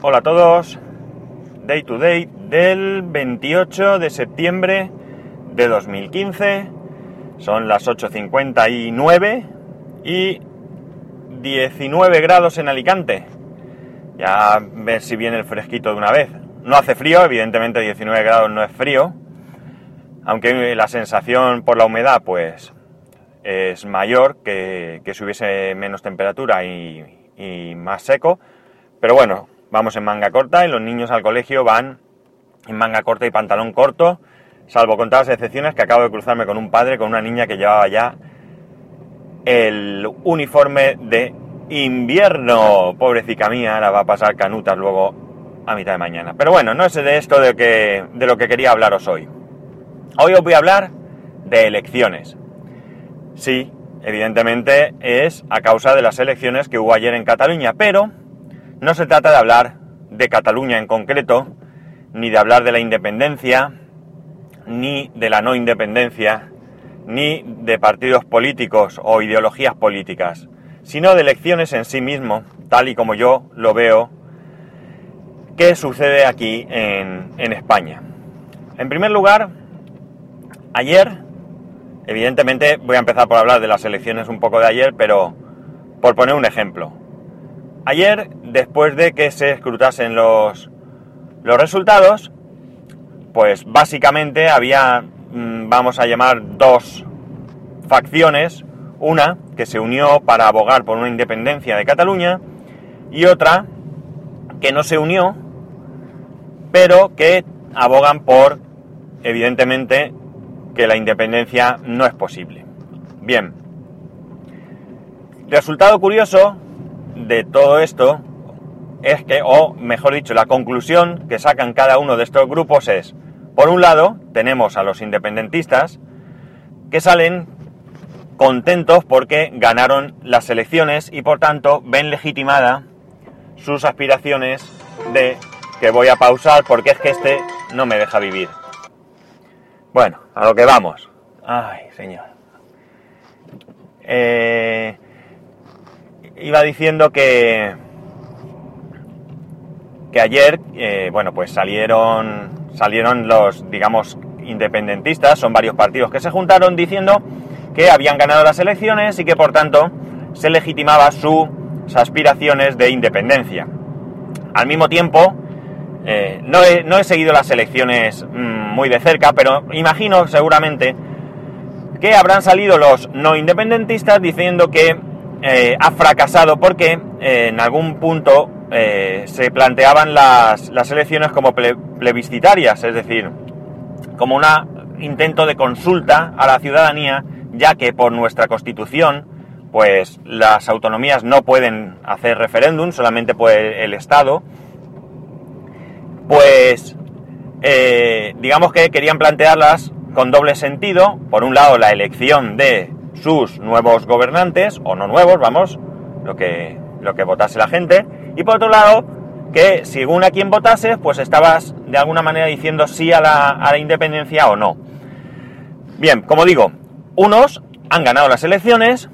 Hola a todos, Day to Day del 28 de septiembre de 2015, son las 8:59 y 19 grados en Alicante. Ya ver si viene el fresquito de una vez. No hace frío, evidentemente 19 grados no es frío, aunque la sensación por la humedad pues es mayor que si hubiese menos temperatura y más seco, pero bueno, vamos en manga corta y los niños al colegio van en manga corta y pantalón corto, salvo contadas excepciones que acabo de cruzarme con un padre, con una niña que llevaba ya el uniforme de invierno. Pobrecita mía, la va a pasar canutas luego a mitad de mañana. Pero bueno, no es de esto de lo que quería hablaros hoy. Hoy os voy a hablar de elecciones. Sí, evidentemente es a causa de las elecciones que hubo ayer en Cataluña, pero no se trata de hablar de Cataluña en concreto, ni de hablar de la independencia, ni de la no independencia, ni de partidos políticos o ideologías políticas, sino de elecciones en sí mismo, tal y como yo lo veo que sucede aquí en España. En primer lugar, ayer, evidentemente voy a empezar por hablar de las elecciones un poco de ayer, pero por poner un ejemplo. Ayer, después de que se escrutasen los resultados, pues básicamente había, vamos a llamar, dos facciones. Una que se unió para abogar por una independencia de Cataluña y otra que no se unió, pero que abogan por, evidentemente, que la independencia no es posible. Bien, resultado curioso de todo esto es que, o mejor dicho, la conclusión que sacan cada uno de estos grupos es, por un lado, tenemos a los independentistas que salen contentos porque ganaron las elecciones y por tanto ven legitimada sus aspiraciones de que voy a pausar porque es que este no me deja vivir. Bueno, a lo que vamos. Ay, señor. Iba diciendo que ayer, bueno, pues salieron los, digamos, independentistas, son varios partidos que se juntaron diciendo que habían ganado las elecciones y que por tanto se legitimaba sus aspiraciones de independencia. Al mismo tiempo, no he seguido las elecciones muy de cerca, pero imagino seguramente que habrán salido los no independentistas diciendo que ha fracasado porque en algún punto se planteaban las elecciones como plebiscitarias, es decir, como un intento de consulta a la ciudadanía, ya que por nuestra Constitución, pues las autonomías no pueden hacer referéndum, solamente puede el Estado. Pues digamos que querían plantearlas con doble sentido. Por un lado, la elección de sus nuevos gobernantes, o no nuevos, vamos, lo que votase la gente, y por otro lado, que según a quien votase, pues estabas de alguna manera diciendo sí a la independencia o no. Bien, como digo, unos han ganado las elecciones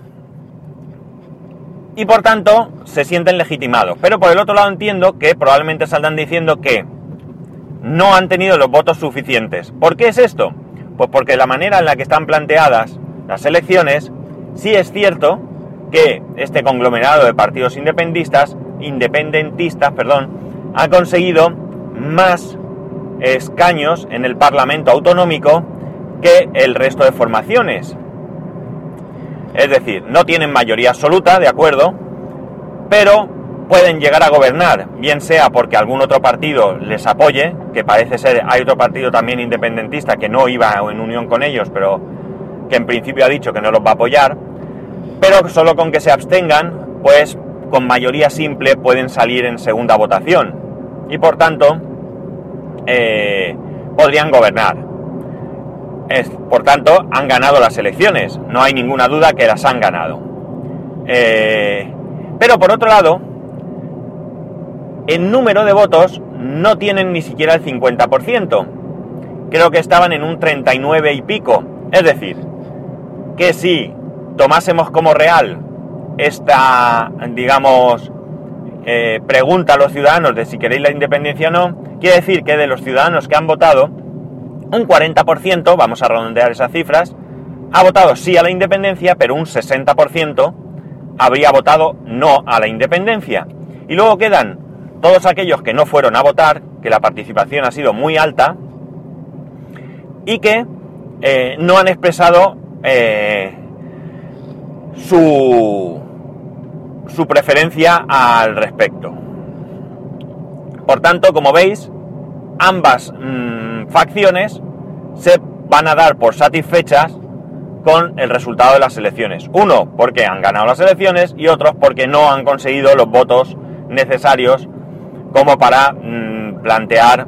y por tanto se sienten legitimados, pero por el otro lado entiendo que probablemente saldrán diciendo que no han tenido los votos suficientes. ¿Por qué es esto? Pues porque la manera en la que están planteadas las elecciones, sí es cierto que este conglomerado de partidos independentistas, ha conseguido más escaños en el Parlamento Autonómico que el resto de formaciones. Es decir, no tienen mayoría absoluta, de acuerdo, pero pueden llegar a gobernar, bien sea porque algún otro partido les apoye, que parece ser, hay otro partido también independentista que no iba en unión con ellos, pero que en principio ha dicho que no los va a apoyar, pero solo con que se abstengan, pues con mayoría simple pueden salir en segunda votación y por tanto podrían gobernar. Por tanto, han ganado las elecciones, no hay ninguna duda que las han ganado. Pero por otro lado, en número de votos no tienen ni siquiera el 50%. Creo que estaban en un 39 y pico. Es decir, que si tomásemos como real esta, digamos, pregunta a los ciudadanos de si queréis la independencia o no, quiere decir que de los ciudadanos que han votado, un 40%, vamos a redondear esas cifras, ha votado sí a la independencia, pero un 60% habría votado no a la independencia. Y luego quedan todos aquellos que no fueron a votar, que la participación ha sido muy alta, y que no han expresado su preferencia al respecto. Por tanto, como veis, ambas facciones se van a dar por satisfechas con el resultado de las elecciones. Uno porque han ganado las elecciones y otros porque no han conseguido los votos necesarios como para plantear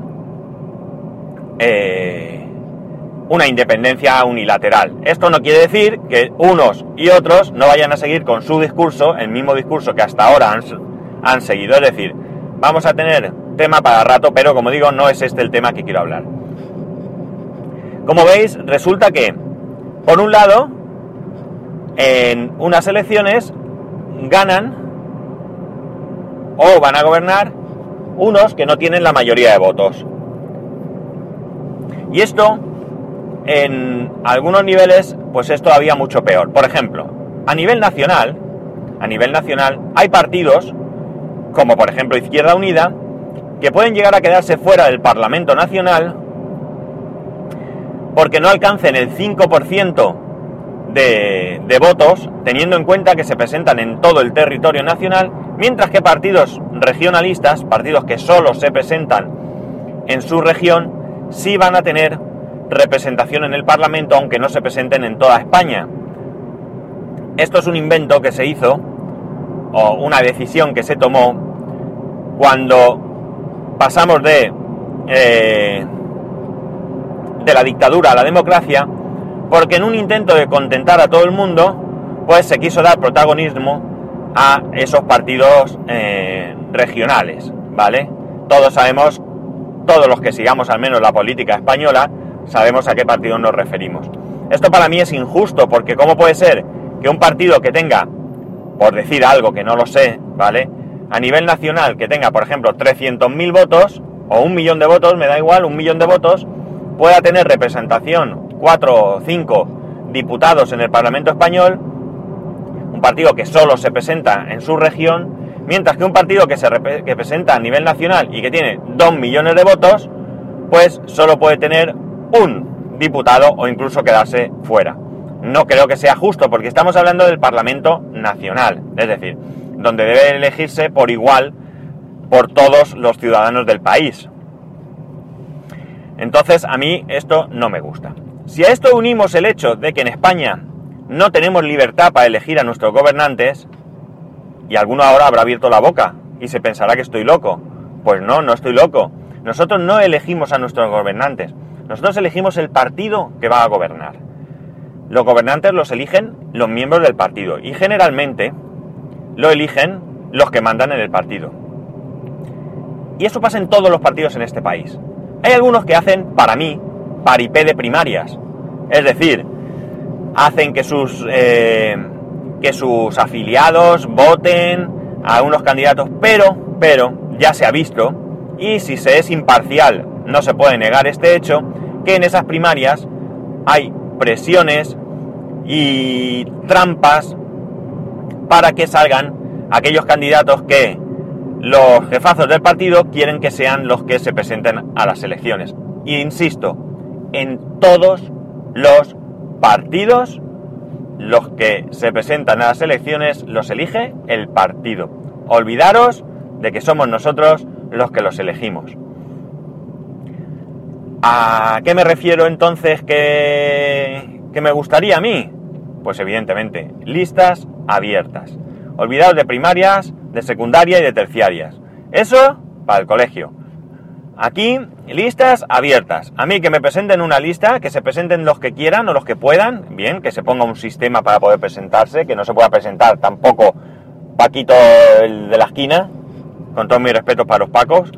una independencia unilateral. Esto no quiere decir que unos y otros no vayan a seguir con su discurso, el mismo discurso que hasta ahora han seguido. Es decir, vamos a tener tema para rato, pero como digo, no es este el tema que quiero hablar. Como veis, resulta que, por un lado, en unas elecciones ganan o van a gobernar unos que no tienen la mayoría de votos. Y esto, en algunos niveles, pues es todavía mucho peor. Por ejemplo, a nivel nacional hay partidos, como por ejemplo Izquierda Unida, que pueden llegar a quedarse fuera del Parlamento Nacional porque no alcancen el 5% de votos, teniendo en cuenta que se presentan en todo el territorio nacional, mientras que partidos regionalistas, partidos que solo se presentan en su región, sí van a tener representación en el Parlamento, aunque no se presenten en toda España. Esto es un invento que se hizo, o una decisión que se tomó, cuando pasamos de la dictadura a la democracia, porque en un intento de contentar a todo el mundo, pues se quiso dar protagonismo a esos partidos regionales, ¿vale? Todos sabemos, todos los que sigamos al menos la política española, sabemos a qué partido nos referimos. Esto para mí es injusto, porque ¿cómo puede ser que un partido que tenga, por decir algo que no lo sé, ¿vale?, a nivel nacional, que tenga, por ejemplo, 300.000 votos, o 1 millón de votos, me da igual, 1 millón de votos, pueda tener representación, 4 o 5 diputados en el Parlamento Español, un partido que solo se presenta en su región, mientras que un partido que presenta a nivel nacional y que tiene 2 millones de votos, pues solo puede tener un diputado o incluso quedarse fuera. No creo que sea justo, porque estamos hablando del Parlamento Nacional, es decir, donde debe elegirse por igual por todos los ciudadanos del país. Entonces, a mí esto no me gusta. Si a esto unimos el hecho de que en España no tenemos libertad para elegir a nuestros gobernantes, y alguno ahora habrá abierto la boca y se pensará que estoy loco. Pues no, no estoy loco. Nosotros no elegimos a nuestros gobernantes. Nosotros elegimos el partido que va a gobernar. Los gobernantes los eligen los miembros del partido y generalmente lo eligen los que mandan en el partido. Y eso pasa en todos los partidos en este país. Hay algunos que hacen, para mí, paripé de primarias. Es decir, hacen que sus afiliados voten a unos candidatos, pero ya se ha visto, y si se es imparcial no se puede negar este hecho, que en esas primarias hay presiones y trampas para que salgan aquellos candidatos que los jefazos del partido quieren que sean los que se presenten a las elecciones. E insisto, en todos los partidos, los que se presentan a las elecciones los elige el partido. Olvidaros de que somos nosotros los que los elegimos. ¿A qué me refiero entonces que me gustaría a mí? Pues evidentemente, listas abiertas. Olvidaos de primarias, de secundaria y de terciarias. Eso para el colegio. Aquí, listas abiertas. A mí que me presenten una lista, que se presenten los que quieran o los que puedan. Bien, que se ponga un sistema para poder presentarse, que no se pueda presentar tampoco Paquito el de la esquina, con todos mis respetos para los Pacos.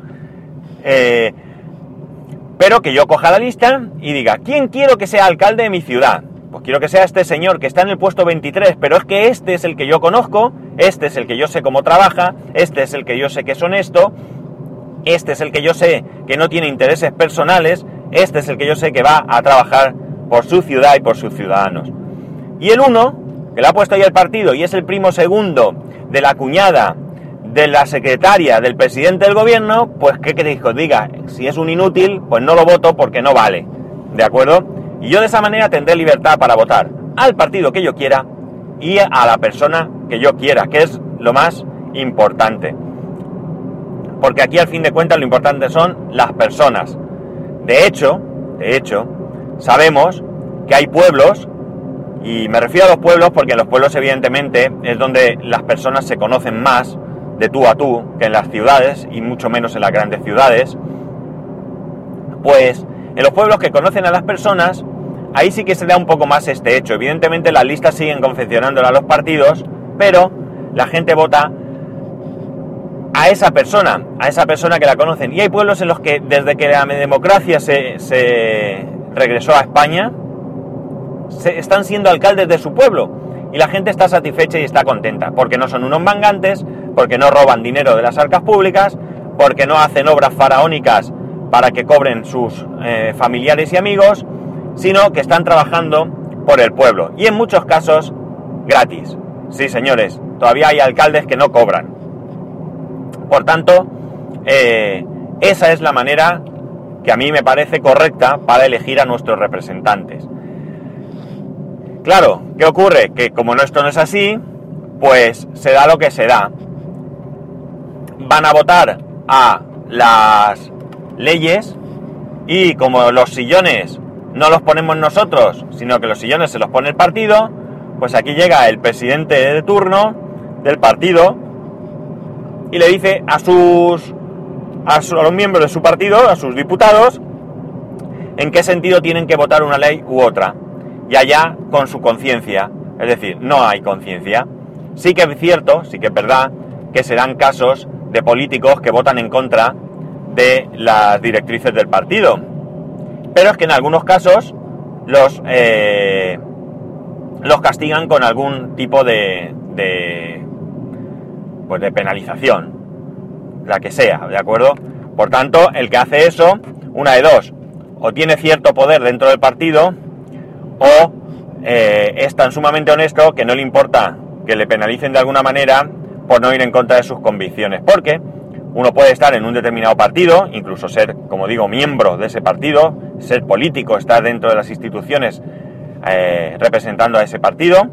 Pero que yo coja la lista y diga, ¿quién quiero que sea alcalde de mi ciudad? Pues quiero que sea este señor que está en el puesto 23, pero es que este es el que yo conozco, este es el que yo sé cómo trabaja, este es el que yo sé que es honesto, este es el que yo sé que no tiene intereses personales, este es el que yo sé que va a trabajar por su ciudad y por sus ciudadanos. Y el uno, que le ha puesto ahí el partido y es el primo segundo de la cuñada de la secretaria del presidente del gobierno, pues ¿qué queréis que os diga? Si es un inútil, pues no lo voto porque no vale, ¿de acuerdo? Y yo de esa manera tendré libertad para votar al partido que yo quiera y a la persona que yo quiera, que es lo más importante. Porque aquí al fin de cuentas lo importante son las personas. De hecho, sabemos que hay pueblos, y me refiero a los pueblos porque en los pueblos evidentemente es donde las personas se conocen más de tú a tú que en las ciudades, y mucho menos en las grandes ciudades. Pues en los pueblos que conocen a las personas, ahí sí que se da un poco más este hecho. Evidentemente las listas siguen confeccionándolas a los partidos, pero la gente vota a esa persona que la conocen. Y hay pueblos en los que desde que la democracia se regresó a España, están siendo alcaldes de su pueblo y la gente está satisfecha y está contenta, porque no son unos mangantes, porque no roban dinero de las arcas públicas, porque no hacen obras faraónicas para que cobren sus familiares y amigos, sino que están trabajando por el pueblo y en muchos casos gratis. Sí, señores, todavía hay alcaldes que no cobran. Por tanto, esa es la manera que a mí me parece correcta para elegir a nuestros representantes. Claro, ¿qué ocurre? Que como esto no es así, pues se da lo que se da. Van a votar a las leyes y como los sillones no los ponemos nosotros, sino que los sillones se los pone el partido, pues aquí llega el presidente de turno del partido y le dice a los miembros de su partido, a sus diputados, en qué sentido tienen que votar una ley u otra. Y allá con su conciencia, es decir, no hay conciencia. Sí que es cierto, sí que es verdad, que se dan casos de políticos que votan en contra de las directrices del partido. Pero es que en algunos casos los castigan con algún tipo de penalización, la que sea, ¿de acuerdo? Por tanto, el que hace eso, una de dos, o tiene cierto poder dentro del partido, o es tan sumamente honesto que no le importa que le penalicen de alguna manera por no ir en contra de sus convicciones, porque uno puede estar en un determinado partido, incluso ser, como digo, miembro de ese partido, ser político, estar dentro de las instituciones representando a ese partido,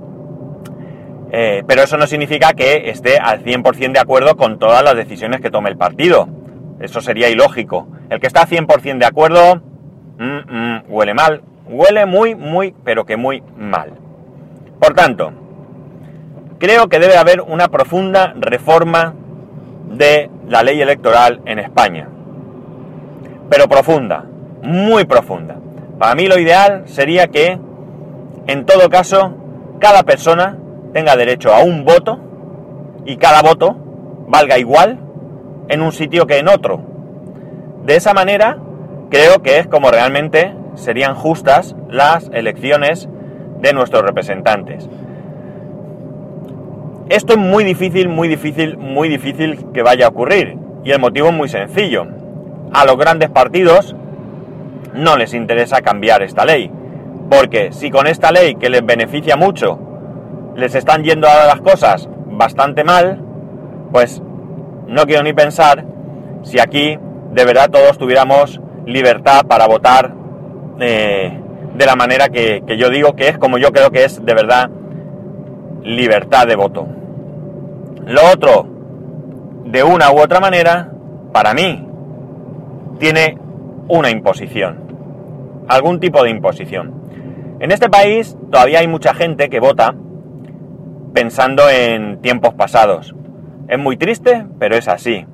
pero eso no significa que esté al 100% de acuerdo con todas las decisiones que tome el partido. Eso sería ilógico. El que está 100% de acuerdo huele mal. Huele muy, pero que muy mal. Por tanto, creo que debe haber una profunda reforma de la ley electoral en España. Pero profunda, muy profunda. Para mí lo ideal sería que, en todo caso, cada persona tenga derecho a un voto y cada voto valga igual en un sitio que en otro. De esa manera, creo que es como realmente serían justas las elecciones de nuestros representantes. Esto es muy difícil que vaya a ocurrir, y el motivo es muy sencillo. A los grandes partidos no les interesa cambiar esta ley, porque si con esta ley, que les beneficia mucho, les están yendo ahora las cosas bastante mal, pues no quiero ni pensar si aquí de verdad todos tuviéramos libertad para votar de la manera que yo digo que es, como yo creo que es de verdad libertad de voto. Lo otro, de una u otra manera, para mí, tiene una imposición, algún tipo de imposición. En este país todavía hay mucha gente que vota pensando en tiempos pasados. Es muy triste, pero es así.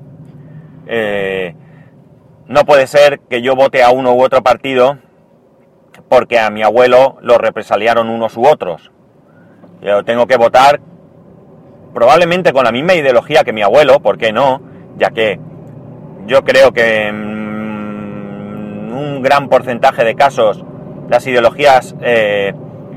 No puede ser que yo vote a uno u otro partido porque a mi abuelo lo represaliaron unos u otros. Yo tengo que votar probablemente con la misma ideología que mi abuelo, ¿por qué no? Ya que yo creo que en un gran porcentaje de casos las ideologías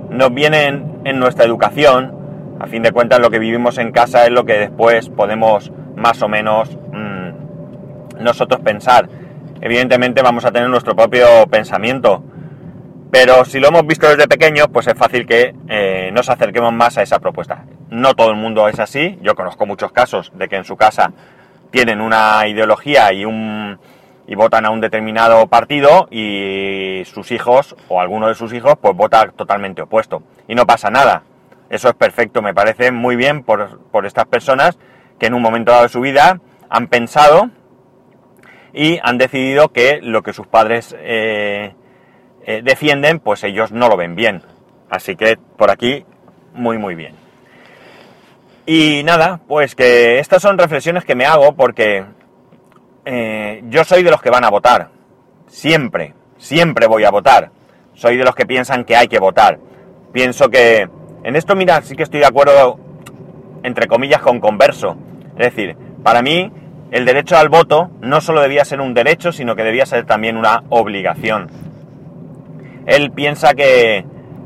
nos vienen en nuestra educación. A fin de cuentas, lo que vivimos en casa es lo que después podemos más o menos nosotros pensar. Evidentemente vamos a tener nuestro propio pensamiento, pero si lo hemos visto desde pequeños, pues es fácil que nos acerquemos más a esa propuesta. No todo el mundo es así. Yo conozco muchos casos de que en su casa tienen una ideología y votan a un determinado partido y sus hijos o alguno de sus hijos pues vota totalmente opuesto y no pasa nada. Eso es perfecto, me parece muy bien por estas personas que en un momento dado de su vida han pensado y han decidido que lo que sus padres defienden, pues ellos no lo ven bien. Así que por aquí, muy muy bien. Y nada, pues que estas son reflexiones que me hago porque yo soy de los que van a votar. Siempre voy a votar. Soy de los que piensan que hay que votar. Pienso que en esto, mira, sí que estoy de acuerdo, entre comillas, con Converso. Es decir, para mí el derecho al voto no solo debía ser un derecho, sino que debía ser también una obligación. Él piensa él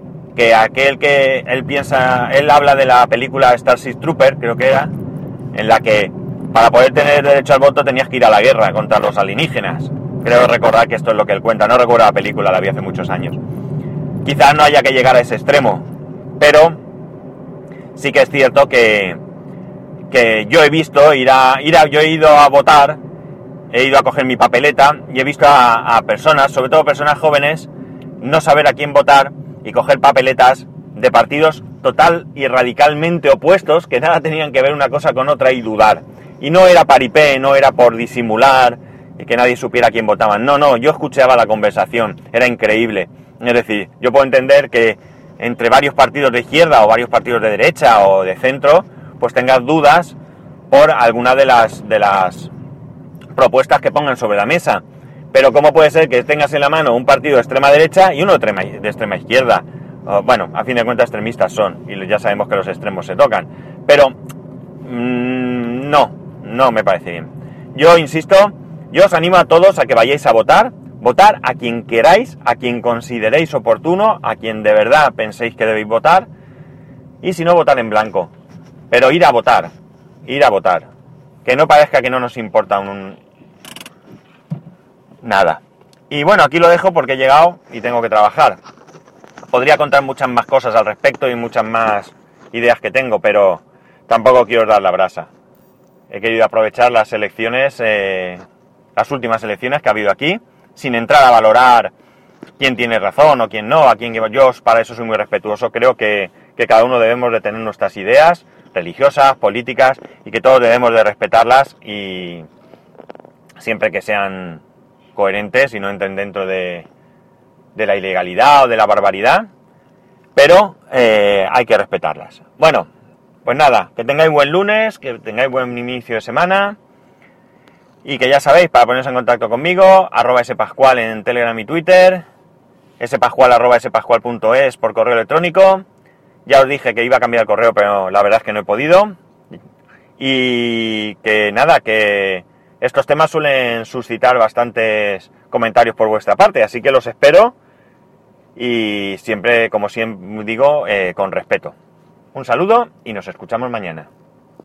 habla de la película Starship Trooper, creo que era, en la que para poder tener derecho al voto tenías que ir a la guerra contra los alienígenas. Creo recordar que esto es lo que él cuenta, no recuerdo la película, la vi hace muchos años. Quizás no haya que llegar a ese extremo, pero sí que es cierto que yo he visto yo he ido a votar, he ido a coger mi papeleta y he visto a personas, sobre todo personas jóvenes, no saber a quién votar y coger papeletas de partidos total y radicalmente opuestos, que nada tenían que ver una cosa con otra y dudar. Y no era paripé, no era por disimular y que nadie supiera a quién votaban. No, yo escuchaba la conversación, era increíble. Es decir, yo puedo entender que entre varios partidos de izquierda o varios partidos de derecha o de centro, pues tengas dudas por alguna de las propuestas que pongan sobre la mesa. Pero ¿cómo puede ser que tengas en la mano un partido de extrema derecha y uno de extrema izquierda? Bueno, a fin de cuentas extremistas son, y ya sabemos que los extremos se tocan. Pero no me parece bien. Yo insisto, yo os animo a todos a que vayáis a votar a quien queráis, a quien consideréis oportuno, a quien de verdad penséis que debéis votar, y si no, votar en blanco. Pero ir a votar. Que no parezca que no nos importa nada. Y bueno, aquí lo dejo porque he llegado y tengo que trabajar. Podría contar muchas más cosas al respecto y muchas más ideas que tengo, pero tampoco quiero dar la brasa. He querido aprovechar las elecciones, las últimas elecciones que ha habido aquí, sin entrar a valorar quién tiene razón o quién no, yo para eso soy muy respetuoso. Creo que cada uno debemos de tener nuestras ideas religiosas, políticas, y que todos debemos de respetarlas y siempre que sean coherentes y no entren dentro de la ilegalidad o de la barbaridad, pero hay que respetarlas. Bueno, pues nada, que tengáis buen lunes, que tengáis buen inicio de semana y que ya sabéis, para poneros en contacto conmigo, @spascual en Telegram y Twitter, spascual@spascual.es por correo electrónico. Ya os dije que iba a cambiar el correo, pero la verdad es que no he podido. Y que nada, que estos temas suelen suscitar bastantes comentarios por vuestra parte, así que los espero y siempre, como siempre digo, con respeto. Un saludo y nos escuchamos mañana.